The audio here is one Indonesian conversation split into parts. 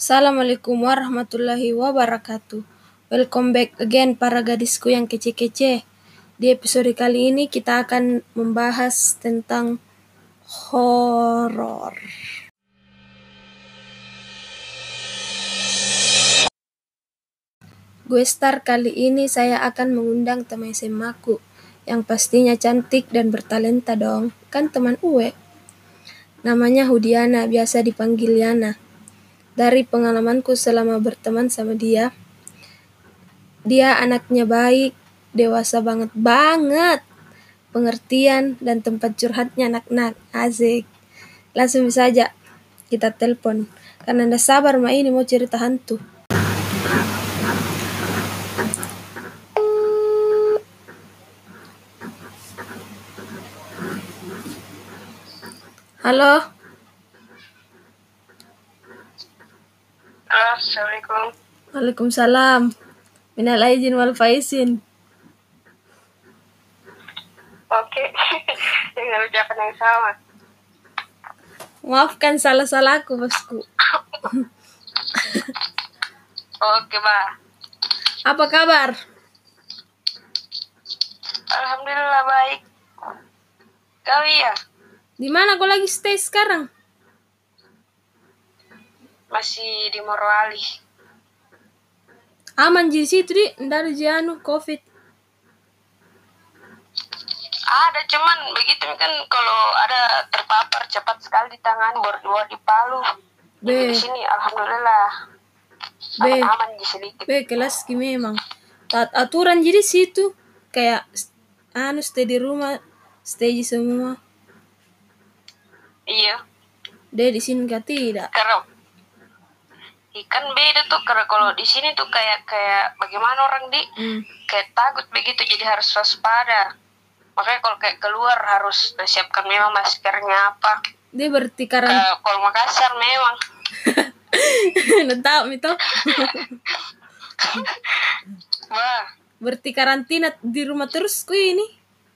Assalamualaikum warahmatullahi wabarakatuh. Welcome back again para gadisku yang kece-kece. Di episode kali ini kita akan membahas tentang horor. Gue Star kali ini saya akan mengundang teman SMA-ku yang pastinya cantik dan bertalenta dong. Kan teman Uwe. Namanya Hudiana, biasa dipanggil Yana. Dari pengalamanku selama berteman sama dia anaknya baik, dewasa banget, pengertian, dan tempat curhatnya anak-anak. Asik. Langsung saja kita telepon, karena ndak sabar ma ini mau cerita hantu. Halo. Assalamualaikum. Waalaikumsalam. Minal aidin wal faizin. Oke, dengan ucapan yang sama. Maafkan salah-salahku, bosku. Oke, Mbak. Apa kabar? Alhamdulillah baik. Kau iya? Di mana kau lagi stay sekarang? Masih di Morowali. Aman di situ di, ndak ada COVID. Ada, cuman begitu kan kalau ada terpapar cepat sekali ditangani, berdua di Palu. Di sini alhamdulillah. Aman di sedikit. Kelas memang. Taat aturan jadi situ kayak stay di rumah, stay di semua. Iya. Di sini gak tidak. Karena ikan beda tuh, karena kalau di sini tuh kayak bagaimana orang kayak takut begitu, jadi harus waspada. Makanya kalau kayak keluar harus siapkan memang maskernya apa. Dia berarti karantina. Kalau Makassar memang. Nggak tahu itu. Wah. Berarti karantina di rumah terus ku ini.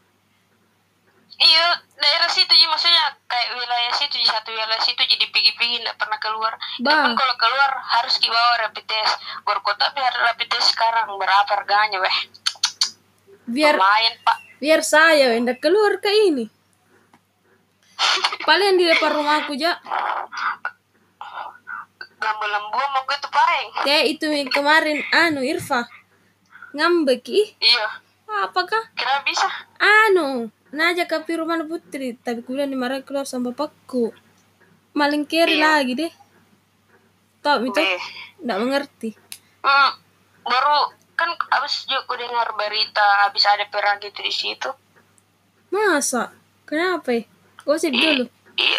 Iya, daerah situ jadi maksudnya kayak wilayah situ, di satu wilayah situ jadi pergi-pergi nggak pernah keluar. Tapi kalau keluar harus dibawa rapid test. Kota biar rapid test sekarang berapa harganya, weh? Lumayan, Pak. Biar saya hendak keluar ke ini. Paling di depan rumahku aja. Lambu-lambu mau gue tuh paling. Kayak itu yang kemarin Irfa ngambek Iya. Apakah? Kenapa bisa? Najak ke rumah Putri, tapi kemudian dimarahin keluar sama bapakku. Maling kiri lagi deh. Tahu itu? Nggak mengerti. Baru kan abis juga dengar berita habis ada perang gitu di situ. Masa? Kenapa? Gosip dulu. Iya.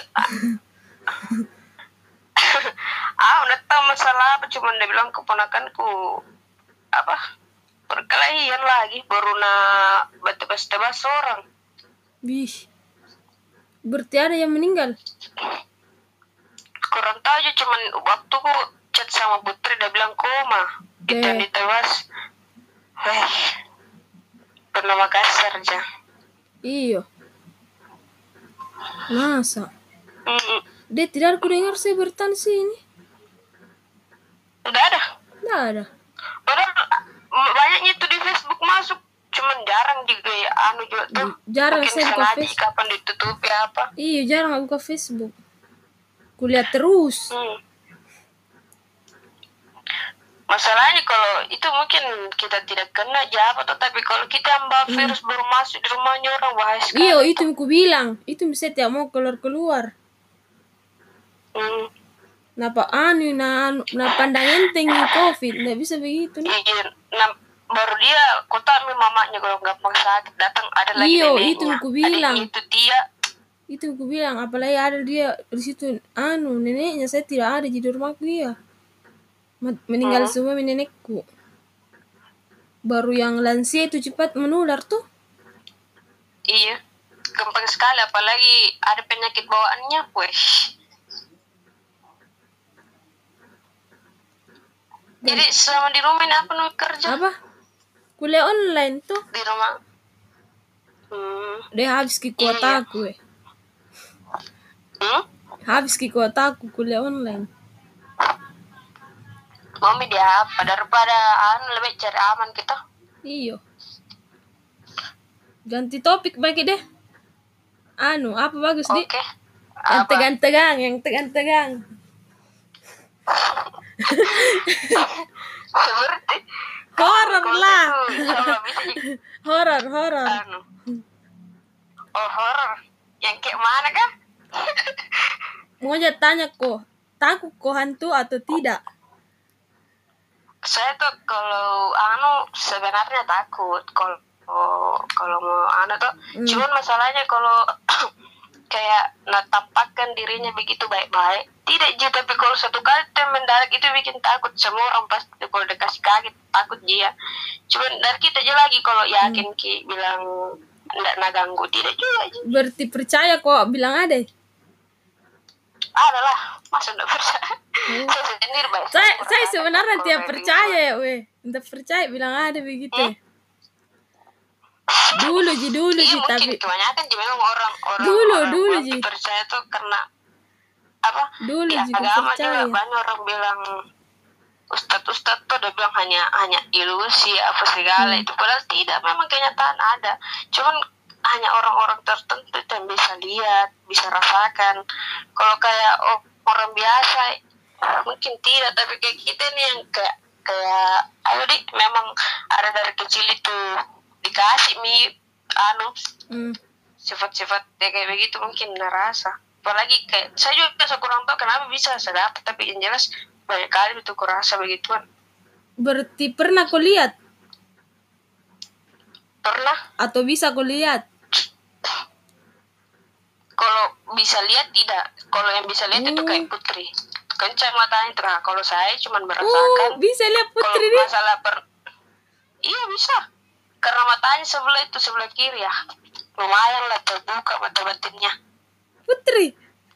Udah tahu masalah apa, cuma dia bilang keponakanku perkelahian lagi, baru tebas orang. Bih. Berarti ada yang meninggal? Kurang tahu aja, cuman waktu ku chat sama Putri dia bilang koma. Kita ditewas. Pernah Makassar aja. Iya. Masa? Dia tidak aku dengar saya bertahan sini. Udah ada? Nggak ada. Padahal banyaknya tuh di Facebook masuk, cuman jarang juga ya juga tuh. Jarang mungkin saya buka Facebook. Kapan ditutupi apa? Iya, jarang aku buka Facebook. Kulihat terus. Masalahnya kalau itu mungkin kita tidak kena aja tapi kalau kita ambil virus baru masuk di rumahnya orang bahaya sekali. Iya, itu yang ku bilang. Itu bisa tidak mau keluar. Napa pandang enteng COVID, nggak bisa begitu. Iya, baru dia kota mamanya kalau nggak sakit datang ada lagi neneknya. Iya, itu yang ku bilang. Itu dia. Itu yang ku bilang, apalagi ada dia di situ. Neneknya saya tidak ada di rumahku dia. Meninggal semua nenekku. Baru yang lansia itu cepat menular tuh. Iya, gampang sekali, apalagi ada penyakit bawaannya, weh. Jadi selama di rumah ini apa kerja? Apa? Kuliah online tuh. Di rumah. Dia habis ke kuota aku, Habis ke kuota aku kuliah online. Mami dia apa daripada lebih cari aman kita. Iyo. Ganti topik bagi deh. Apa bagus di? Oke. Yang Apa? tegang-tegang, yang tegang-tegang. Seperti Horor lah. Horor. Oh, horor. Yang kayak mana kah? Mau tanya kok, takut kok hantu atau tidak? Saya tuh kalau sebenarnya takut kalau mau tuh. Cuman masalahnya kalau kayak tampakkan dirinya begitu baik-baik tidak ji, tapi kalau satu kali mendadak itu bikin takut. Semua orang pasti kalau dikasih kaget takut dia. Cuman dari kita aja lagi kalau yakin ki bilang nggak ganggu tidak juga ji. Berarti percaya kok bilang ada? Adalah masa nggak percaya. Saya sendiri baik. Saya sebenarnya tidak percaya ya tidak percaya bilang ada begitu. Dulu ji tapi kebanyakan ji memang orang dulu ji percaya tuh karena apa dulu di agama juga banyak orang bilang ustadz tuh udah bilang hanya ilusi apa segala itu, padahal tidak, memang kenyataan ada, cuman hanya orang-orang tertentu yang bisa lihat, bisa rasakan. Kalau kayak orang biasa mungkin tidak, tapi kayak kita nih yang kayak ayo dik, memang ada dari kecil itu dikasih sifat-sifat kayak begitu mungkin ngerasa. Apalagi kayak saya juga kurang tahu kenapa bisa saya dapat, tapi yang jelas banyak kali itu kurasa begituan. Berarti pernah kau lihat? Pernah. Atau bisa kau lihat? Kalau bisa lihat tidak. Kalau yang bisa lihat itu kayak putri. Kencang matanya terang. Kalau saya cuma merasakan. Bisa lihat putri nih? Masalah iya bisa. Karena matanya sebelah kiri ya. Lumayan lah terbuka mata batinnya. Putri?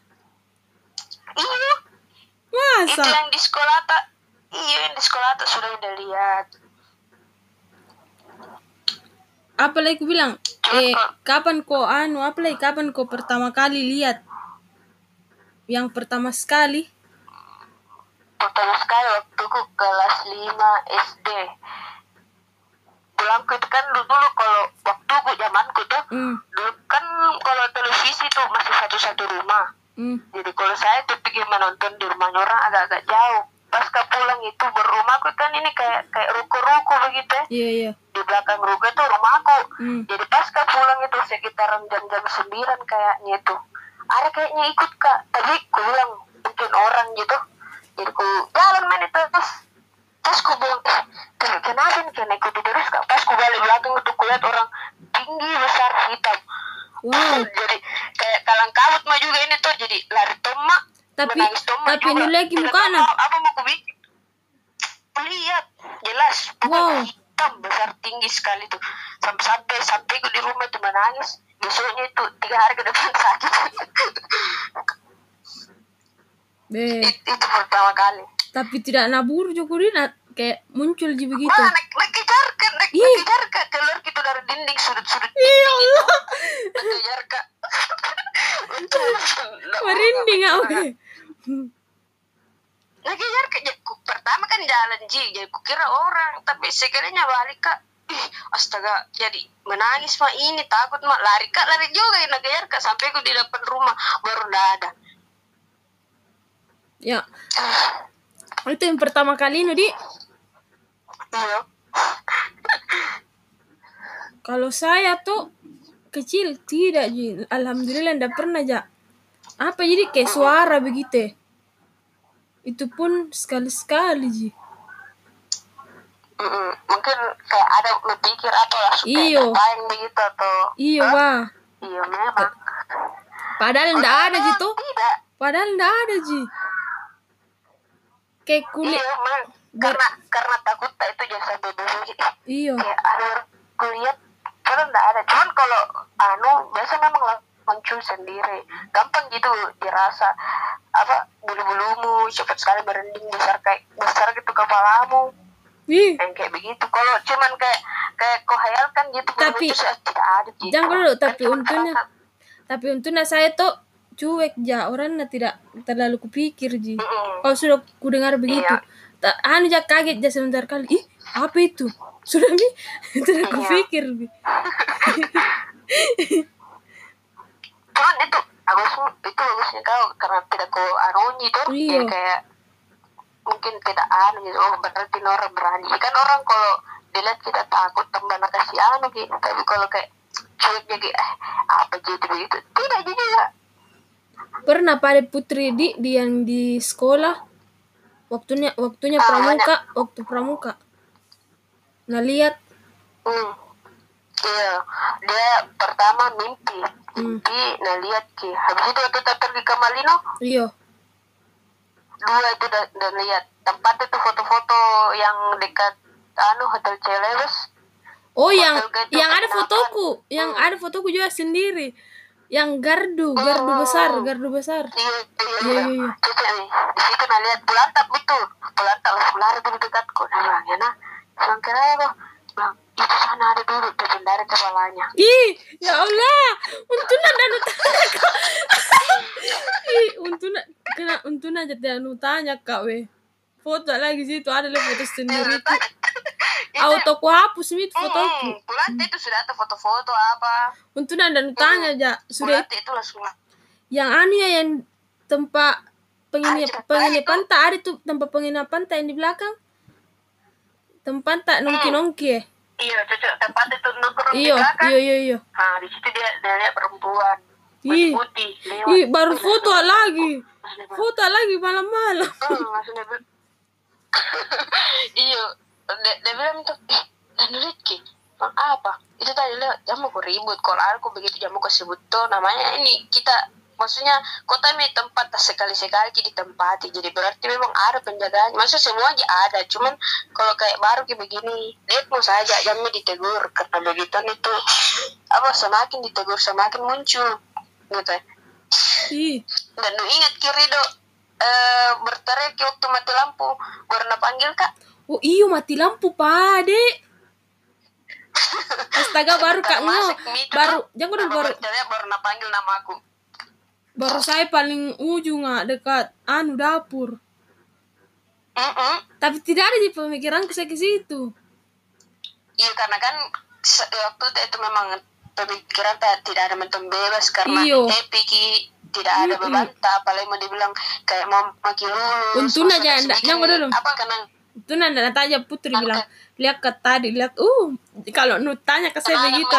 Iya. Masa? Itu yang di sekolah tak. Iya, yang di sekolah tak sudah lihat. Apa lagi aku bilang? Kapan kau pertama kali lihat? Yang pertama sekali? Pertama sekali waktu ku kelas 5 SD. Pulangku itu kan dulu kalau waktu ku zamanku tuh, dulu kan kalau televisi tuh masih satu-satu rumah. Jadi kalau saya tuh pergi menonton di rumahnya orang agak-agak jauh. Pas ke pulang itu berumahku kan ini kayak ruko-ruko begitu ya. Iya. Di belakang ruko itu rumahku. Jadi pas ke pulang itu sekitaran jam-jam 9 kayaknya itu. Ada kayaknya ikut kak. Tapi ku bilang mungkin orang gitu. Jadi ku jalan main itu terus ku bilang kenapa nih kena ikut terus kak. Pas ku balik belakang itu ku lihat orang tinggi besar hitam. Wow. Jadi kayak kalang kabut mah juga ini tuh, jadi lari tomak. Tapi ini lagi mukanya. Apa mau ku bikin? Lihat jelas. Wow. Hitam besar tinggi sekali tuh. Sampai ku di rumah tuh menangis. Besoknya itu 3 hari ke depan sakit. Itu pertama kali. Tapi tidak nabur juga kayak muncul juga begitu. Wah, kejar kak keluar gitu dari dinding sudut-sudut. Iya Allah. Kejar kak. Merinding aku. Kejar kak. Pertama kan jalan jadi kukira orang, tapi sekalinya balik kak. Astaga, jadi menangis mah ini takut mah lari juga yang kejar kak sampai aku di depan rumah baru ada. Ya. Itu yang pertama kali Nudi. Iya. Kalau saya tuh kecil tidak ji, alhamdulillah ndak pernah ja. Apa jadi kayak suara begitu? Itu pun sekali-sekali ji. Mungkin kayak ada berpikir apa lah supaya main begitu atau. Iya wah. Iya memang. Padahal ndak ada ji tuh. Tidak. Padahal ndak ada ji. Kayak kulit. Iya, karena takut itu jangan sampai begitu. Iya. Kayak ada kulihat kalau nggak ada. Cuman kalau biasa memang muncul sendiri. Gampang gitu dirasa apa bulu-bulumu cepat sekali merinding besar gitu kepalamu. Yang kayak begitu. Kalau cuman kayak kau hayalkan gitu. Tapi tidak ada. Gitu. Jangan dulu. Tapi untungnya saya tuh cuek ja, orangnya tidak terlalu kupikir ji. Kalau sudah ku dengar begitu. anu jak kaget aja sebentar kali. Ih, apa itu? Sudah Mi, tidak kupikir Mi. Cuman itu bagusnya kau karena tidak kau arunyi tuh. Iya. Jadi kayak mungkin tidak anu gitu. Oh berarti orang berani. Kan orang kalau dilihat kita takut tambah nak kasih anu gitu. Tapi kalau kayak cuek jadi apa jadi begitu. Tidak juga. Pernah pada Putri di yang di sekolah waktunya pramuka, waktu pramuka. Nah lihat. Iya, dia pertama mimpi, nah lihat ki. Habis itu waktu pergi ke Malino. Iya. 2 itu dan lihat tempat itu foto-foto yang dekat Hotel Celebes. Oh yang ada fotoku, yang ada fotoku juga sendiri. Yang gardu besar. Iya. Di situ nah lihat Pulantap langsung lari di dekatku. Nah ya nah, bilang kira apa? Bilang itu sana ada dulu dari kepalanya. Ih, ya Allah, untuna dan untuna jadi tanya kak we. Foto lagi situ ada foto sendiri. Auto ku hapus mit fotoku. Pulantap itu sudah ada foto-foto apa? Untuna dan tanya aja sudah. Itu langsung. Yang anu ya yang tempat penginapan tak ada tuh tempat penginapan tak yang di belakang. Tempat tak nongki ya. Iya, cocok tempat itu nongkrong di belakang. Iya. Nah, di situ dia lihat perempuan putih lewat. Ih, baru foto lagi. Foto lagi malam-malam. Iya, dia bilang tuh, Ritki, bang apa? Itu tadi lewat, jamu ku ribut. Kalau aku begitu jamu ku sebut tuh, namanya ini kita, maksudnya kota ini tempat sekali-sekali ditempati. Jadi berarti memang ada penjagaannya. Maksudnya semua aja ada. Cuman kalau kayak baru kayak begini, lihat mau saja jamnya ditegur. Karena begitu itu semakin ditegur semakin muncul gitu. Dan lu ingat Kirido berteriak waktu mati lampu baru panggil kak. Oh iyo mati lampu Pak Dek. Astaga baru kak baru jangan dulu baru panggil nama aku. Baru saya paling ujung dekat dapur. Tapi tidak ada di pemikiranku saya ke situ. Iya karena kan waktu itu memang pemikiran tidak ada mentom bebas karena happy tidak ada beban. Apalagi mau dibilang kayak mau makin lulus. Untung aja jangan dulu. Apa karena itu nanda tanya Putri bilang lihat ke tadi lihat kalau tanya ke saya begitu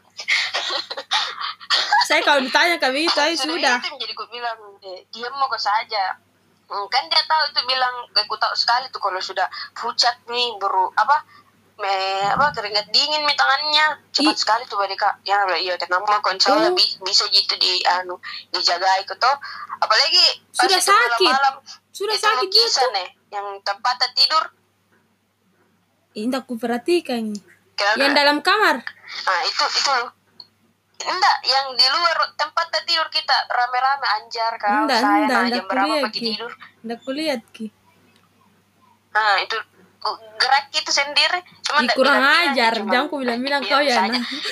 saya kalau ditanya ke begitu sudah jadi gue bilang dia mau ke saja kan dia tahu itu bilang aku tahu sekali tuh kalau sudah pucat nih keringat dingin nih tangannya cepat sekali tuh mereka ya iya kenapa konsolnya bisa gitu dijaga itu toh apalagi sudah sakit sudah sakit gitu nih yang tempat tidur indah ku perhatikan yang dalam kamar itu loh enggak yang di luar tempat tidur kita rame-rame anjar kau saya jam berapa pagi tidur enggak kulihat ki itu gerak itu sendiri cuma kurang ajar jangan ku bilang kau ya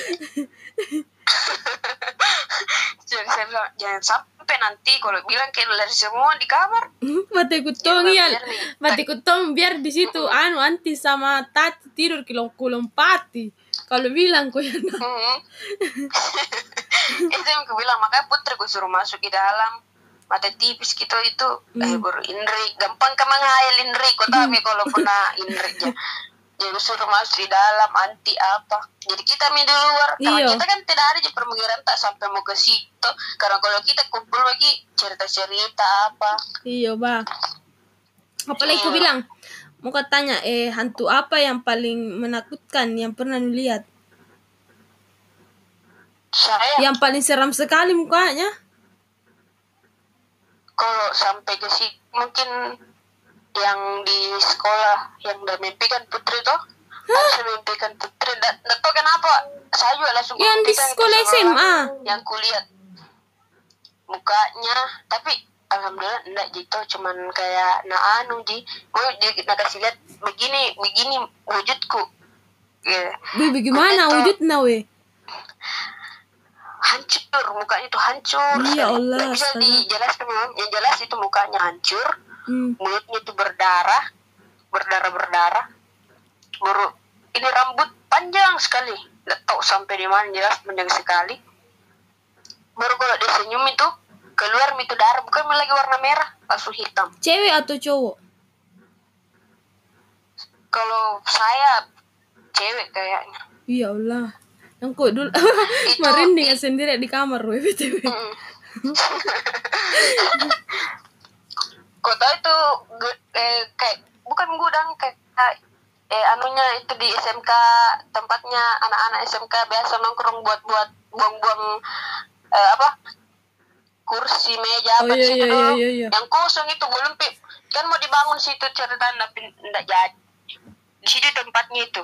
jadi saya bilang jangan sampai nanti kalau bilang kayak lari semua di kamar mati kutong biar di situ anti sama Tati tidur lompati kalau bilang kau ya itu yang aku bilang makanya Putri gue suruh masuk di dalam mata tipis gitu itu baru Indri gampang ke menghayal Indri kau tahu kalau pernah Indri aja jadi suruh masuk di dalam anti apa jadi kita di luar karena kita kan tidak ada di permukiman tak sampai mau ke situ karena kalau kita kumpul lagi cerita-cerita apa bang apalagi aku bilang mau tanya hantu apa yang paling menakutkan yang pernah lihat saya yang paling seram sekali mukanya kalau sampai ke situ mungkin yang di sekolah yang udah mimpikan Putri tuh saya mimpikan Putri nggak tahu kenapa saya juga langsung yang di sekolah SMA yang kulihat mukanya tapi alhamdulillah enggak gitu cuman kayak mau kasih lihat begini wujudku bagaimana wujudnya hancur mukanya tuh hancur ya Allah bisa dijelaskan yang jelas itu mukanya hancur mulutnya itu berdarah berdarah baru ini rambut panjang sekali, nggak tahu sampai di mana, jelas panjang sekali. Baru kalau dia senyum itu keluar itu darah, bukan lagi warna merah, langsung hitam. Cewek atau cowok? Kalau saya cewek kayaknya. Ya Allah, kok dulu merinding sendiri di kamar BTW. Kok tahu itu kayak bukan gudang, kayak anunya itu di SMK, tempatnya anak-anak SMK biasa nongkrong buat buang-buang kursi meja apa situ dulu. Yang kosong itu belum kan mau dibangun situ ceritanya tapi enggak jadi. Di situ tempatnya itu.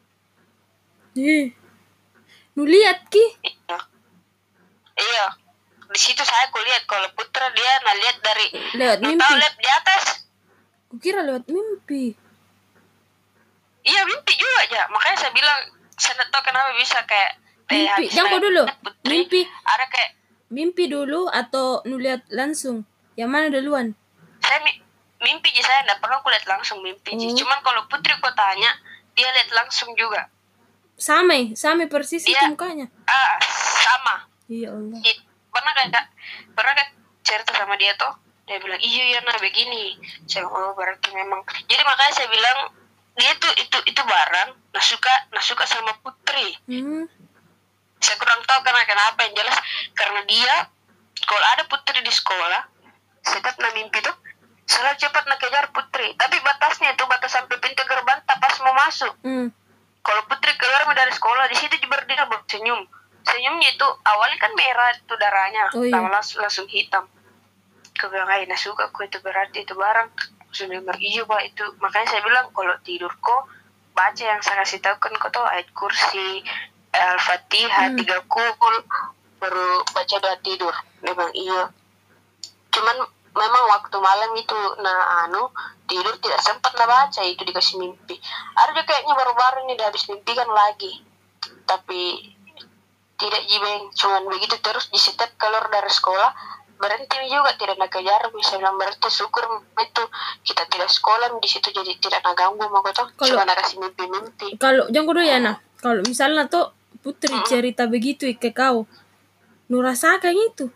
Lu lihat Ki? Iya. Di situ saya kulihat. Kalau Putra dia lihat dari lewat mimpi. Tahu lihat di atas. Kukira lewat mimpi. Iya mimpi juga aja. Makanya saya bilang saya tahu kenapa bisa kayak mimpi. Jangan dulu. Putri, mimpi. Ada kayak mimpi dulu atau nu lihat langsung? Yang mana duluan? Saya mimpi aja, saya enggak pernah kulihat langsung mimpi. Cuman kalau Putri kok tanya, dia lihat langsung juga. Sama persis dia, itu mukanya. Sama. Ya Allah. Pernah kan cerita sama dia tuh, dia bilang iya nah begini. Saya bilang berarti memang. Jadi makanya saya bilang dia tuh itu barang nah suka sama Putri. Saya kurang tahu kenapa, yang jelas karena dia kalau ada Putri di sekolah, setiap mimpi tuh selalu cepat kejar Putri. Tapi batasnya itu batas sampai pintu gerbang pas mau masuk. Kalau Putri keluar dari sekolah, di situ dia bersenyum. Senyumnya itu awalnya kan merah itu darahnya, langsung hitam. Aku bilang, nah suka aku itu berarti itu barang. Sudah bilang, iya Pak itu. Makanya saya bilang kalau tidur kok baca yang saya kasih tahu kan kok tahu ayat kursi, Al-Fatihah, 3 kul, baru baca doa tidur. Memang iya. Cuman memang waktu malam itu tidur tidak sempat baca, itu dikasih mimpi. Ada juga kayaknya baru-baru ini udah habis mimpi kan lagi. Tapi tidak jibeng, cuman begitu terus di setiap keluar dari sekolah berhenti juga, tidak nak kejar. Bisa bilang berarti syukur itu kita tidak sekolah di situ jadi tidak nak ganggu mau tuh. Cuma nak kasih mimpi. Kalau jangan dulu ya kalau misalnya tuh Putri cerita begitu ke kau, nu rasakan itu?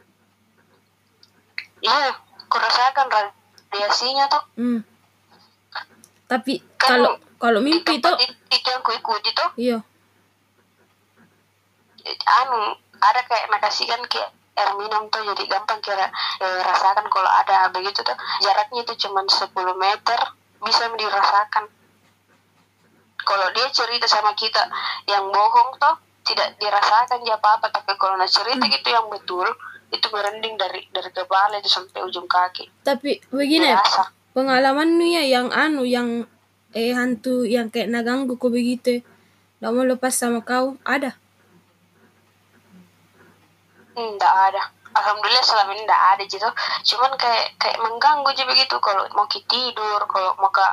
Iya, aku rasakan radiasinya tuh. Tapi kalau mimpi tuh itu yang ku ikuti tuh. Iya. Ada kayak nakasihkan kayak air minum tuh, jadi gampang kira rasakan kalau ada begitu tuh. Jaraknya itu cuma 10 meter bisa dirasakan. Kalau dia cerita sama kita yang bohong tuh tidak dirasakan dia apa-apa, tapi kalau cerita gitu yang betul itu merinding dari kepala itu sampai ujung kaki. Tapi begini pengalaman ya yang yang hantu yang kayak naganggu kok begitu nggak mau lepas sama kau ada? Nggak ada, alhamdulillah selama ini nggak ada gitu. Cuman kayak mengganggu aja begitu kalau mau tidur, kalau mau ke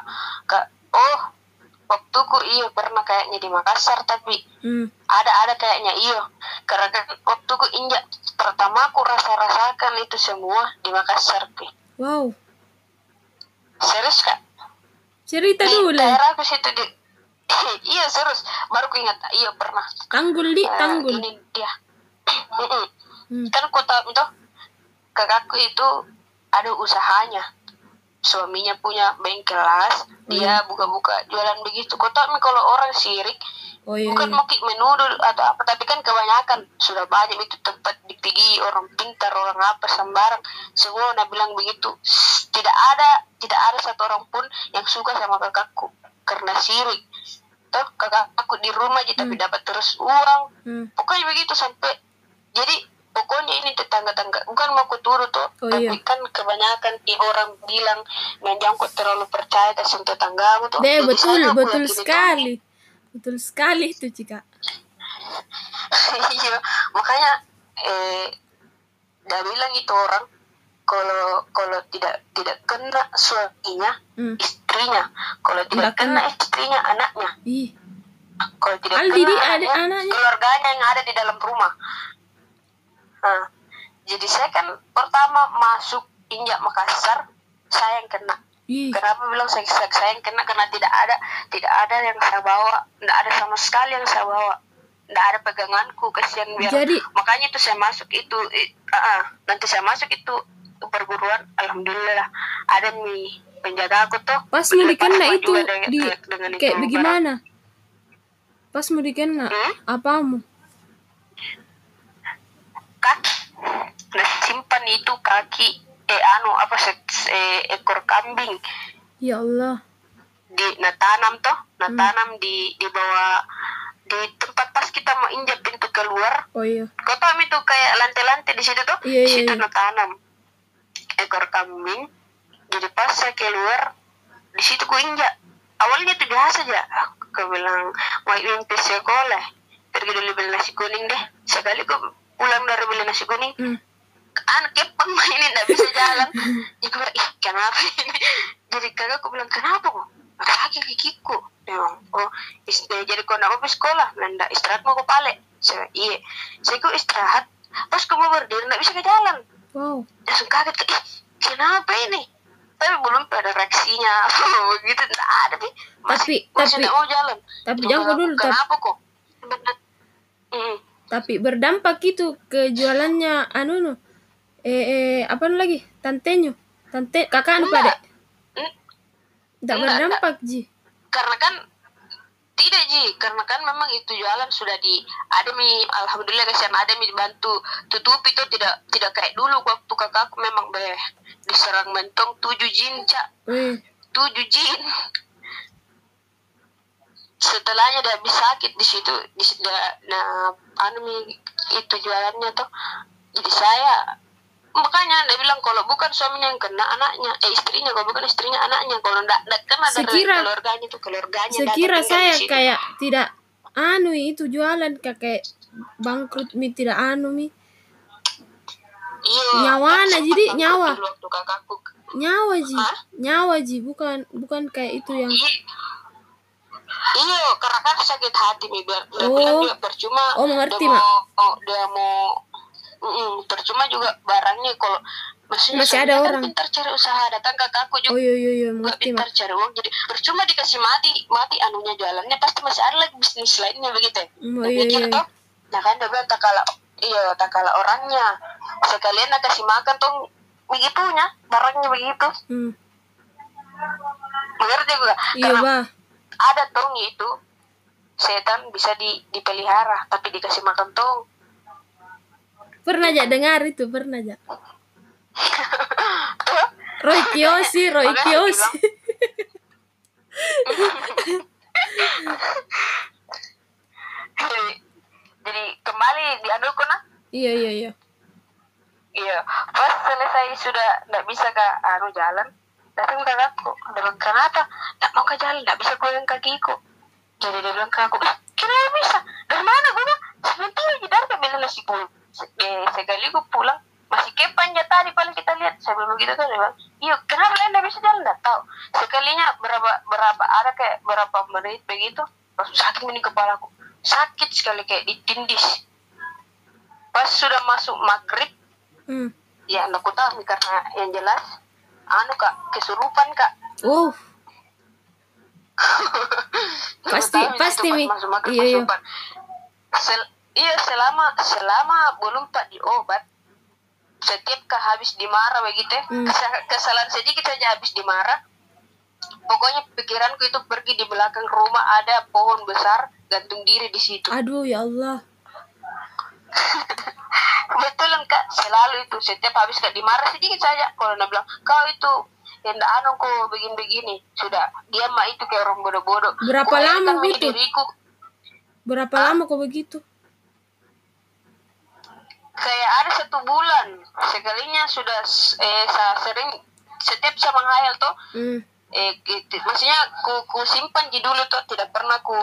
waktuku pernah kayaknya di Makassar, tapi ada kayaknya karena kan waktuku injak pertama aku rasakan itu semua di Makassar. Wow, serius Kak, cerita dulu daerah aku situ di iya serius, baru ku ingat pernah Tanggul ini dia. Kan kota itu kakakku itu ada usahanya, suaminya punya bengkel las, dia buka-buka jualan begitu. Kota kalau orang sirik bukan mau menuduh atau apa, tapi kan kebanyakan sudah banyak itu tempat dipigi orang pintar, orang apa sembarang semua bilang begitu. Tidak ada satu orang pun yang suka sama kakakku karena sirik. Tuh kakakku di rumah aja tapi dapat terus uang. Pokoknya begitu sampai jadi pokoknya ini tetangga-tangga bukan mau kuturut tuh, tapi kan kebanyakan orang bilang menjangkut terlalu percaya sama tetanggamu tuh. Betul sekali. Betul sekali itu Cika. Iya, makanya dia bilang itu orang kalau tidak kena suaminya, istrinya, kalau tidak kena istrinya, anaknya. Kalau tidak kena anaknya, keluarganya yang ada di dalam rumah. Jadi saya kan pertama masuk injak Makassar, saya yang kena. Kenapa bilang sayang karena tidak ada yang saya bawa, tidak ada sama sekali yang saya bawa, tidak ada peganganku, kasihan biar. Jadi, makanya itu saya masuk itu, nanti saya masuk itu perguruan, alhamdulillah ada nih penjaga aku tuh. Pas mau dikena itu kayak bagaimana? Pas mau dikena apamu? Kaki, nah simpan itu kaki. Ekor kambing. Ya Allah. Natanam di bawah di tempat pas kita mau injak pintu keluar. Oh iya. Kau tahu itu kayak lantai-lantai di situ tuh. Iya, di situ natanam ekor kambing. Jadi pas saya keluar di situ ku injak. Awalnya tuh biasa aja. Aku bilang mau mimpi sekolah. Pergi dulu beli nasi kuning deh. Sekali ku pulang dari beli nasi kuning. Anak kepang ini tidak bisa jalan. Jadi aku bilang, kenapa ini? Jadi kakakku bilang, kenapa kok? Sakit gigiku. Memang, jadi kau nak apa sekolah? Nanda istirahat mau ke pale. Saya iya. Saya ku istirahat. Pas aku mau berdiri, tidak bisa ke jalan. Wow. Langsung kaget, kenapa ini? Tapi belum ada reaksinya. Begitu, tidak ada. Masih tidak mau jalan. Tapi jangan dulu. Kenapa kok? Tapi berdampak itu ke jualannya apa lagi? Tante kakak Dek. Tidak berdampak, Ji. Karena kan tidak, Ji. Karena kan memang itu jualan sudah ada alhamdulillah kasihan ada bantu tutupi itu tidak kayak dulu waktu kakakku memang diserang mentong 7 jin, Cak. 7 jin. Setelahnya udah habis sakit di situ itu jualannya tuh. Jadi makanya dia bilang kalau bukan suaminya yang kena, anaknya istrinya, kalau bukan istrinya anaknya, kalau enggak kan ada keluarganya. Sekira saya kayak tidak itu jualan kayak bangkrut tidak mi. Iya. Nyawa jadi nyawa. Ji. Nyawa Ji, bukan kayak itu yang. Iya, karena kan sakit hati nih biar dia percuma. Mengerti, Dia mau percuma juga barangnya kalau masih ada orang pintar cari usaha, datang kakakku juga. Iya, mengerti, pintar cari uang, jadi percuma dikasih mati anunya jalannya, pasti masih ada lagi bisnis lainnya begitu. Iya. Toh, nah kan dia bilang tak kalah orangnya, sekalian nak kasih makan tuh begitunya barangnya begitu. Mengerti juga? Iya, Bah. Ada tong itu setan bisa dipelihara tapi dikasih makan tong. Pernah aja dengar itu, Roy Kiyoshi. Jadi kembali di adulku nah. Iya. Iya, pas selesai sudah tidak bisa jalan. Datang kakakku, dia bilang, kenapa? Tidak mau ke jalan, tidak bisa goyang kakiku. Jadi dia bilang ke aku, kenapa bisa? Dari mana gue? Sebentar aja dari beli nasi kuning. Sekali gue pulang, masih kepan aja tadi paling kita lihat. Saya bilang begitu kan, dia bilang, iya kenapa kalian tidak bisa jalan? Tidak tahu. Sekalinya berapa ada kayak berapa menit begitu, langsung sakit ini kepalaku. Sakit sekali kayak ditindis. Pas sudah masuk maghrib, ya aku tahu karena yang jelas Kak, kesurupan Kak. Pasti mi. Iya. Selama belum Pak diobat. Setiap habis dimarah begitu. Kesalahan sedikit saja habis dimarah. Pokoknya pikiranku itu pergi di belakang rumah ada pohon besar, gantung diri di situ. Aduh ya Allah. Betul Kak, selalu itu setiap habis Kak dimarah sedikit saja kalau nak bilang kau itu yang kok begini sudah dia mah itu kayak orang bodoh-bodoh. Berapa lama begitu? Berapa lama kok begitu? Kayak ada 1 bulan sekalinya sudah sering setiap saya menghayal tuh maksudnya ku simpan di dulu tuh tidak pernah ku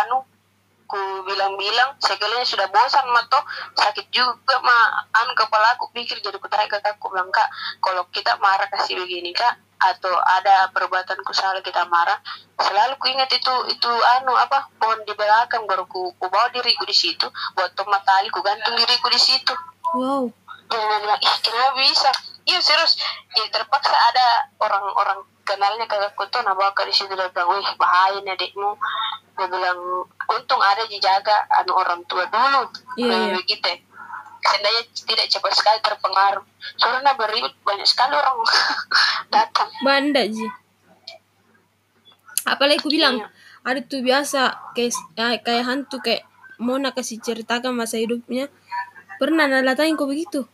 bilang sekalinya sudah bosan mato sakit juga kepala aku pikir jadi ku tarik kakakku bilang Kak kalau kita marah kasih begini Kak atau ada perbuatanku salah kita marah selalu ku ingat itu pohon di belakang baru ku bawa diriku di situ buat tomat tali ku gantung diriku di situ. Wow. Dia bilang kenapa bisa Iya serius, ya terpaksa ada orang-orang kenalnya kakakku tuh nabaka di situ, dia bilang, wih bahaya nih adikmu. Dia bilang untung ada dijaga orang tua dulu, begitu. Seandainya tidak cepat sekali terpengaruh. Soalnya beribut banyak sekali orang datang. Banda ji. Apalagi aku bilang, ada tuh biasa kayak hantu, kayak mau nak kasih ceritakan masa hidupnya. Pernah nalatain kok begitu?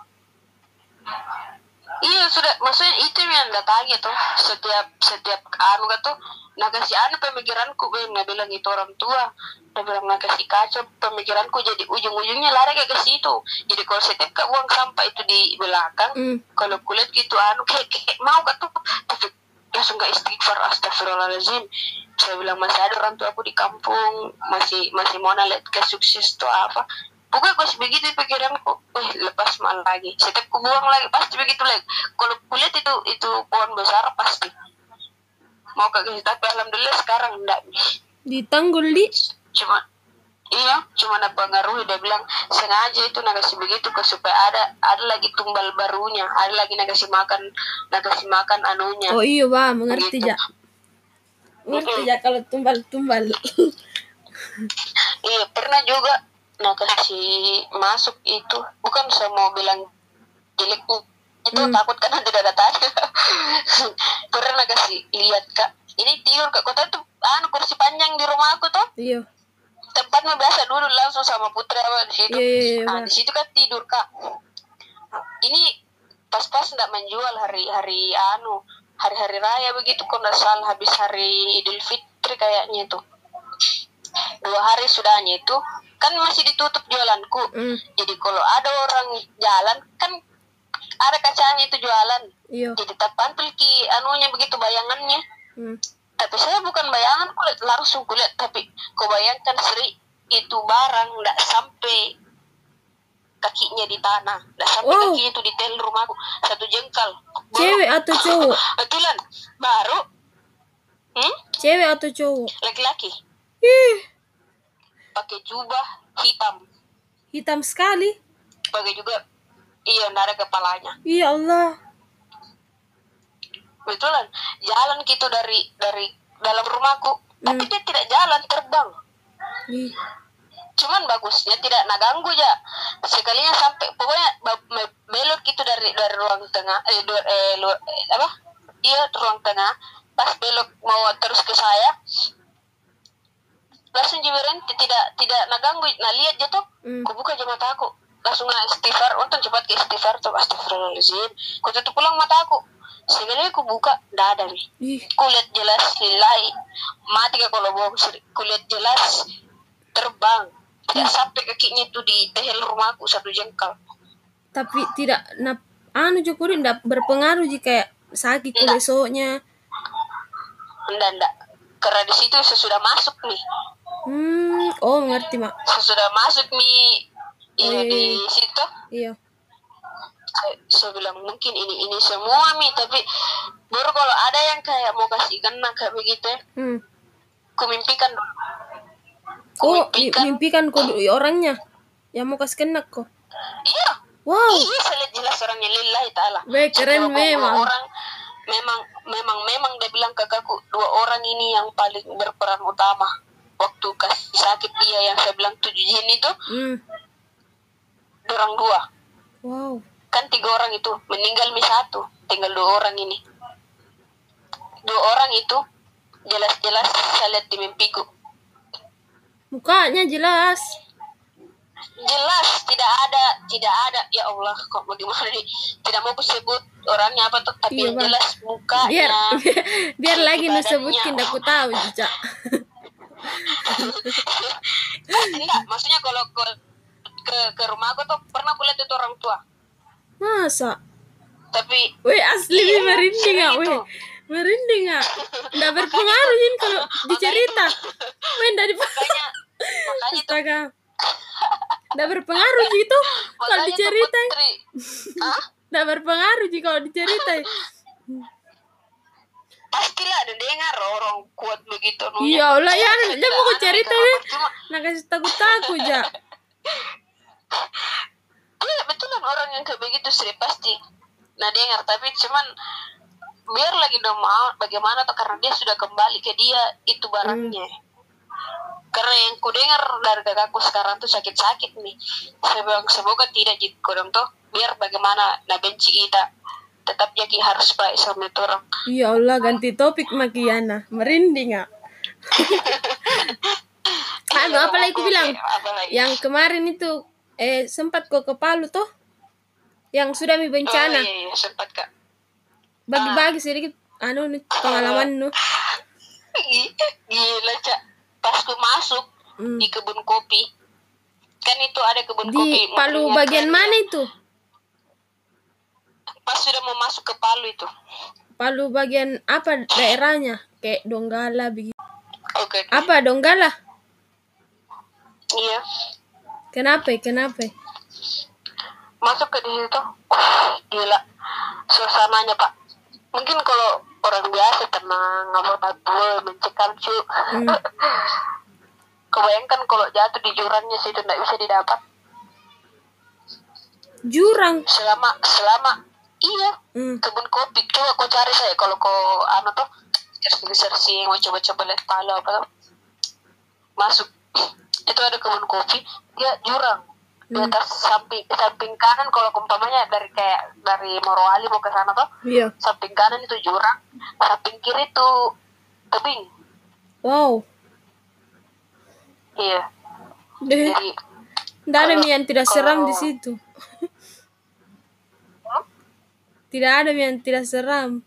Iya sudah, maksudnya itu yang datangnya tuh setiap anu tuh nak kasih anu pemikiranku, nggak bilang itu orang tua, dia bilang nak kasih kacau pemikiranku, jadi ujung-ujungnya lari ke situ. Jadi kalau setiap buang sampah itu di belakang, kalau kulit gitu anu kayak mau tuh, tapi langsung gak istighfar, astagfirullahaladzim. Saya bilang masih ada orang tua aku di kampung, masih mau lihat ke sukses tuh apa. Pokoknya kalau begitu pikiranku, lepas mal lagi. Setiap ku buang lagi pasti begitu lagi. Kalau kulihat itu pohon besar pasti mau kagak, tapi alhamdulillah sekarang enggak. Ditanggul di? Cuma pengaruh, dia bilang sengaja itu ngasih begitu supaya ada lagi tumbal barunya, ada lagi ngasih makan anunya. Oh iya bah, mengerti ya. Mengerti ya kalau tumbal. Iya pernah juga kasih masuk itu, bukan saya mau bilang jelek itu, takut karena tidak ada tanya. Pernah kasih lihat kak, ini tidur kak, kota tuh kursi panjang di rumah aku tuh. Iya. Tempatnya biasa dulu langsung sama putra di situ. Di situ kan tidur kak. Ini pas-pas ndak menjual hari-hari raya begitu, kok ndak salah, habis hari Idul Fitri kayaknya itu. 2 hari sudahnya itu kan masih ditutup jualanku. Jadi kalau ada orang jalan kan ada kacanya itu jualan. Jadi terpantul ki anunya begitu, bayangannya. Tapi saya bukan bayangan kulit, langsung kulihat. Tapi kau bayangkan Sri, itu barang nggak sampai kakinya di tanah, nggak sampai kakinya itu di tel rumahku, 1 jengkal. Cewek atau cowok? Betulan, baru. Cewek atau cowok? Laki-laki. Pakai jubah hitam. Hitam sekali. Pakai juga, nggak ada kepalanya. Ya Allah. Betulan, jalan gitu dari dalam rumahku, tapi dia tidak jalan, terbang. Cuman bagusnya tidak ganggu ya. Sekalinya sampai pokoknya belok gitu dari ruang tengah, ruang tengah. Pas belok mau terus ke saya, langsung berhenti, tidak ganggu. Nah lihat dia tuh, ku buka aja mata aku, langsung istighfar, untung cepat ke istighfar tuh, astagfirullahaladzim. Ku tutup pulang mata aku. Sebenarnya aku buka, nggak ada nih. Kulihat jelas, lillahi mati kalau bohong. Kulihat jelas terbang, tidak sampai kakinya itu di tehel rumahku 1 jengkal. Tapi tidak Jokuri nggak berpengaruh jika sakit besoknya. Enggak. Karena di situ sesudah masuk nih. Oh ngerti mak. Sesudah masuk nih, di situ. Iya. Saya bilang mungkin ini semua tapi baru kalau ada yang kayak mau kasih kena kayak begitu ku mimpikan. Mimpikan kok orangnya yang mau kasih kena kok. Iya. Wow. Iya, saya lihat jelas orangnya, lillahi ta'ala. Keren memang. Orang memang dia bilang kakakku, 2 orang ini yang paling berperan utama waktu kasih sakit dia yang saya bilang 7 jin itu. Dorang 2. Wow. Kan 3 orang itu meninggal, 1, tinggal 2 orang ini. 2 orang itu jelas-jelas saya lihat di mimpiku. Mukanya jelas, tidak ada. Ya Allah, kok bagaimana nih? Tidak mau aku sebut orangnya apa tuh, tapi yang jelas mukanya. Biar lagi disebutkin, aku tahu juga. Enggak, maksudnya kalau ke rumah aku tuh pernah aku lihat itu orang tua. Masa? Tapi asli merinding nggak? Merinding nggak? Nggak berpengaruh Jin kalau dicerita. Nggak makanya astaga. Nggak berpengaruh gitu kalau diceritain. Nggak berpengaruh jika kalau diceritain. Pastilah ada dengar orang kuat begitu. Iya Allah ya, dia mau cerita deh. Nah kasih takut ya. Iya betulan orang yang kayak begitu sih pasti nah dengar, tapi cuman biar lagi dong mau bagaimana tuh, karena dia sudah kembali ke dia itu barangnya. Karena yang ku dengar dari kakakku sekarang tuh sakit-sakit nih. Saya bilang semoga tidak jadi kodong tuh, biar bagaimana nah benci kita tetap jadi harus baik sama itu orang. Ya Allah, ganti topik Makiana, merinding ah. Apa lagi aku bilang? Yang kemarin itu sempat kok ke Palu toh? Yang sudah bencana. Iya, sempat Kak. Bagi-bagi sedikit pengalaman Gila Cak. Pas ku masuk di kebun kopi. Kan itu ada kebun kopi. Di Palu bagian mana itu? Pas sudah mau masuk ke Palu itu. Palu bagian apa daerahnya? Kayak Donggala begitu. Oke. Apa Donggala? Iya. Kenapa? Masuk ke di situ, gila suasananya Pak. Mungkin kalau orang biasa tenang, ngobrol, mencekam cu. Kebayangkan kalau jatuh di jurangnya situ nggak bisa didapat. Jurang? Selama iya. Kebun kopi. Coba kau cari saya kalau kau tuh searching mau coba-coba lihat Palu apa tuh. Masuk. Itu ada kebun kopi, dia jurang. Di atas samping kanan kalau umpamanya dari Morowali mau ke sana tuh. Iya. Samping kanan itu jurang, samping kiri tuh tebing. Wow. Iya. Jadi tidak ada yang tidak seram di situ. Tidak ada yang tidak seram.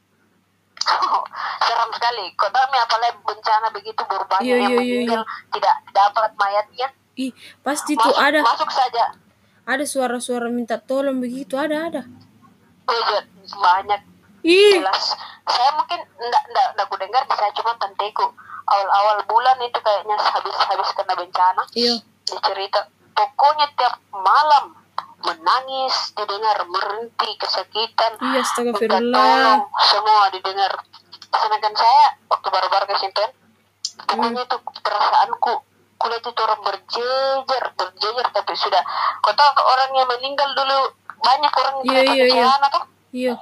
Seram sekali. Kau tahu apalagi bencana begitu berbanyak yang meninggal tidak dapat mayatnya. Pasti itu ada. Masuk saja. Ada suara-suara minta tolong begitu, ada. Iya, banyak. Jelas. Saya mungkin enggak ku dengar, saya cuma tanteku. Awal-awal bulan itu kayaknya habis kena bencana. Iya. Dia cerita, pokoknya tiap malam menangis, didengar merintih, kesakitan. Iya, astagfirullah. Semua didengar. Sedangkan saya waktu baru-baru ke situ, pokoknya itu perasaanku, kulit itu orang berjejer, tapi sudah. Kau tahu orang yang meninggal dulu banyak orang yang pakai celana tuh. Iya.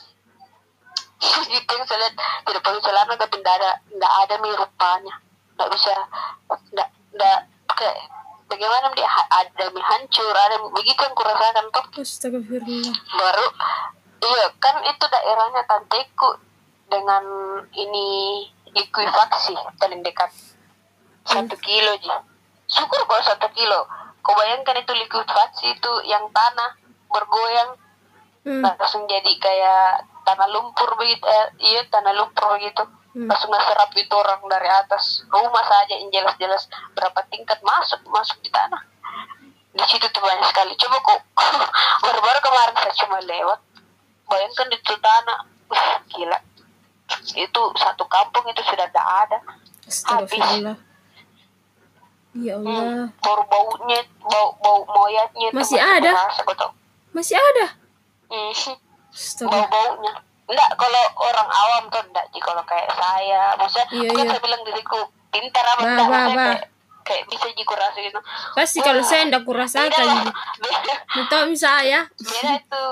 Gitu yang saya lihat tidak pakai celana, tapi tidak ada rupanya, tidak bisa, tidak kayak bagaimana dia ada hancur, ada begitu yang kurasakan tuh. Astagfirullah. Baru iya kan itu daerahnya tanteku dengan ini likuifaksi paling dekat 1 kilo aja. Syukur kalau 1 kilo. Kau bayangkan itu likuifaksi itu yang tanah bergoyang langsung jadi kayak tanah lumpur begitu. Iya tanah lumpur begitu. Langsung ngeserap itu orang dari atas. Rumah saja yang jelas-jelas berapa tingkat masuk di tanah. Di situ tuh banyak sekali. Coba kok baru-baru kemarin saya cuma lewat. Bayangkan di itu tanah. Gila. Itu satu kampung itu sudah tidak ada. Astagfirullah. Ya Allah. Bau-baunya, bau moyatnya masih ada. Masih ada. Bau-baunya. Enggak, kalau orang awam tuh enggak. Kalau kayak saya, maksudnya bukan saya bilang diriku pintar apa enggak, kayak bisa kurasa gitu. Pasti kalau saya enggak kurasakan. Betul saya. Beda itu.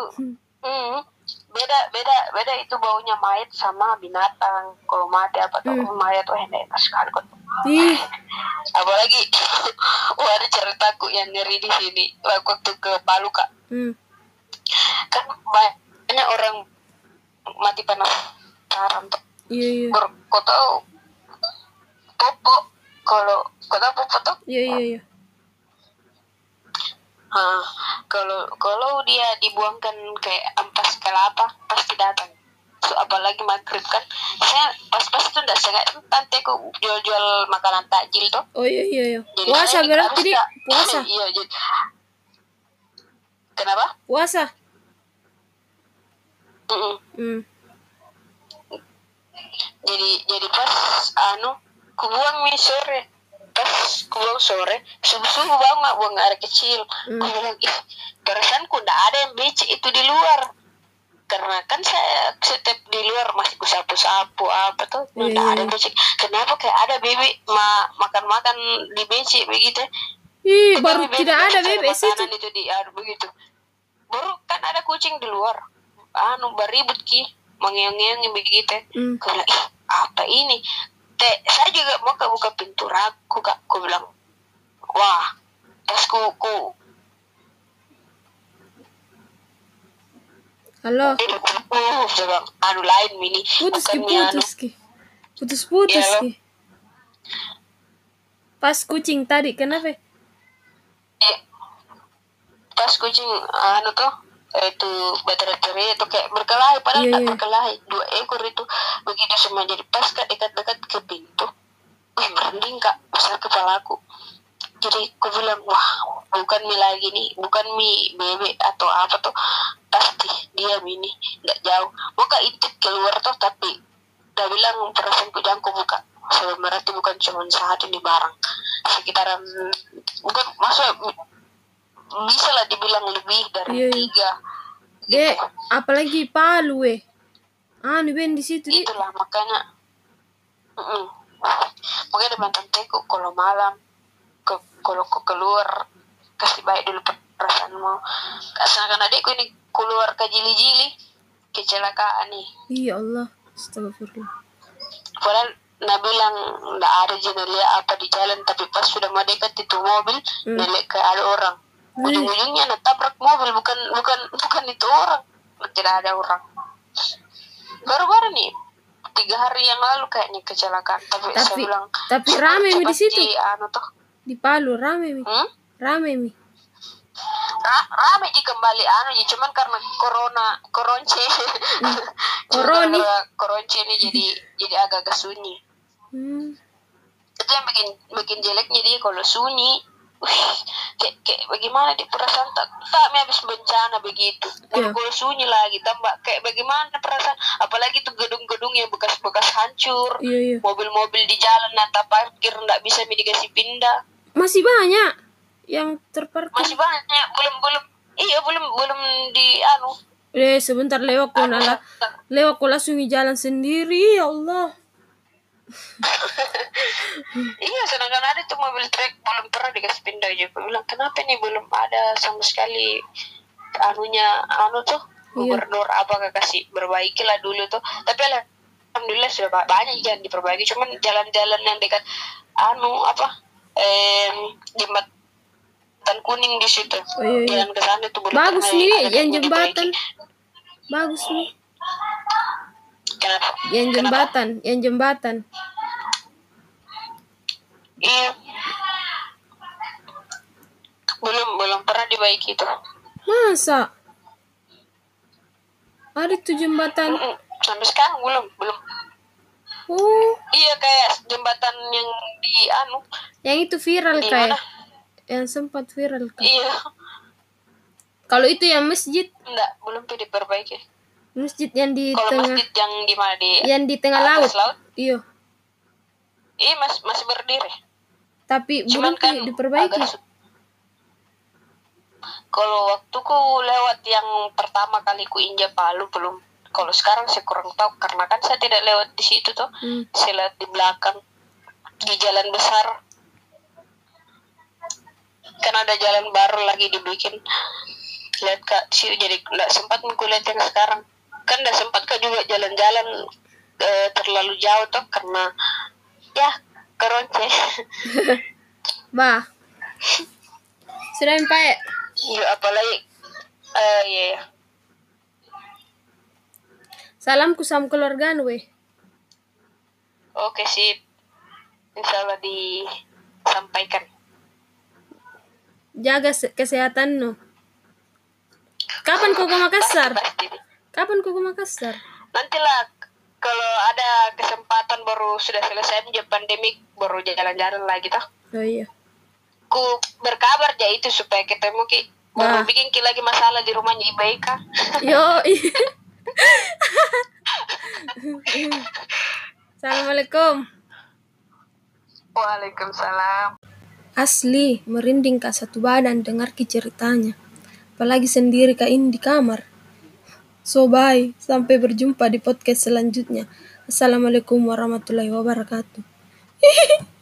Beda itu baunya mayat sama binatang. Kalau mati apa tuh mayat tuh enak sekali kok. Apalagi ada ceritaku yang ngeri di sini waktu ke Palu Kak. Kan banyak orang mati penasaran tuh. Iya. Kota Popo, kalau kota Popo tuh. Iya. Kalau dia dibuangkan kayak ampas kelapa pasti datang. So, apalagi maghrib kan, saya pas tuh nggak sengaja tanteku jual makanan takjil tuh. Oh iya. Puasa berarti di puasa. Iya jadi. Kenapa? Puasa. Jadi pas kubuang nih sore. Pas kubuang sore, subuh buang air kecil. Aku bilang, perasaanku nggak ada yang becek itu di luar. Karena kan saya setiap di luar masih sapu-sapu apa tuh, nggak ada becek. Kenapa kayak ada bebek makan di becek begitu? Baru tidak ada bebek situ. Itu di begitu. Baru kan ada kucing di luar. beribut ki, mengeong-ngeong begitu. Aku bilang, apa ini? Saya juga mau buka pintu ragu kak. Aku bilang, wah, tasku halo. Lain mini. Putus ki. Pas kucing tadi kenapa? Pas kucing tuh itu baterai itu kayak berkelahi, padahal tak berkelahi, 2 ekor itu begitu semua jadi pas kak dekat-dekat ke pintu, merinding kak besar kepalaku. Jadi aku bilang, wah, bukan mie lagi nih, bukan mie bebek atau apa tuh, pasti dia mini nggak jauh. Buka intip keluar tuh, tapi udah bilang perasaanku jangan buka. Sebenarnya bukan cuma saat ini barang sekitaran, bukan maksudnya bisa lah dibilang lebih dari 3. Dek, gitu. Apalagi Palu Ben di situ. Itulah makanya. Makanya dengan tanteku kalau malam kalau kau keluar kasih baik dulu perasaanmu. Karena adikku ini keluar ke jili-jili kecelakaan nih. Iya Allah, astagfirullah. Padahal bilang nggak ada jenelia apa di jalan, tapi pas sudah mau dekat itu mobil milik ke ada orang. Ujung-ujungnya tabrak mobil, bukan itu orang, tidak ada orang. Baru-baru nih 3 hari yang lalu kayaknya kecelakaan, tapi saya bilang tapi rame di situ di Palu rame rame rame kembali cuman karena koronce koronce ini jadi agak sunyi. Itu yang bikin jeleknya dia kalau sunyi. Kayak bagaimana di perasaan tak habis bencana begitu. Kalau sunyi lagi tambah kayak bagaimana perasaan, apalagi tuh gedung-gedung yang bekas-bekas hancur, mobil-mobil di jalan atau parkir nggak bisa dikasih pindah. Masih banyak yang terparkir. Masih banyak, belum di sebentar lewat kok langsung jalan sendiri, ya Allah. Iya, sedangkan ada tuh mobil truk belum pernah dikasih pindah aja. Aku bilang kenapa nih belum ada sama sekali gubernur apakah kasih berbaiki lah dulu tuh. Tapi alhamdulillah sudah banyak yang diperbaiki. Cuman jalan-jalan yang dekat jembatan kuning di situ, jalan ke sana tuh belum bagus nih yang jembatan bagus nih. Kenapa? Yang jembatan. Iya. Belum pernah dibaiki itu. Masa? Ada tuh jembatan. Sampai sekarang belum. Iya, kayak jembatan yang di yang itu viral kayak. Mana? Yang sempat viral kan. Iya. Kalau itu yang masjid? Enggak, belum diperbaiki. Masjid yang di tengah. Kalau masjid yang di mana yang di tengah laut. Iya. Iya, masih berdiri. Tapi belum kan diperbaiki. Kalau waktu ku lewat yang pertama kali ku injak Palu belum. Kalau sekarang saya kurang tahu karena kan saya tidak lewat di situ tuh. Saya lewat di belakang di jalan besar. Kan ada jalan baru lagi dibikin. Lihat Kak, sih jadi enggak sempat ku lihat yang sekarang. Kan enggak sempat Kak juga jalan-jalan terlalu jauh tuh karena ya keronce. Bah. Sudah sampai. Iya, apalagi iya. Salamku sama keluarga Oke, sip. Insyaallah disampaikan. Jaga kesehatan Kapan kau ke Makassar? Nantilah kalau ada kesempatan baru sudah selesai pandemi baru jalan-jalan lagi toh. Oh iya. Ku berkabar aja itu supaya ketemu Ki. Baru bikin Ki lagi masalah di rumahnya Ibaika. Yo. Assalamualaikum. Waalaikumsalam. Asli merinding Kak satu badan dengar ceritanya. Apalagi sendiri Kak ini di kamar. So bye, sampai berjumpa di podcast selanjutnya. Assalamualaikum warahmatullahi wabarakatuh.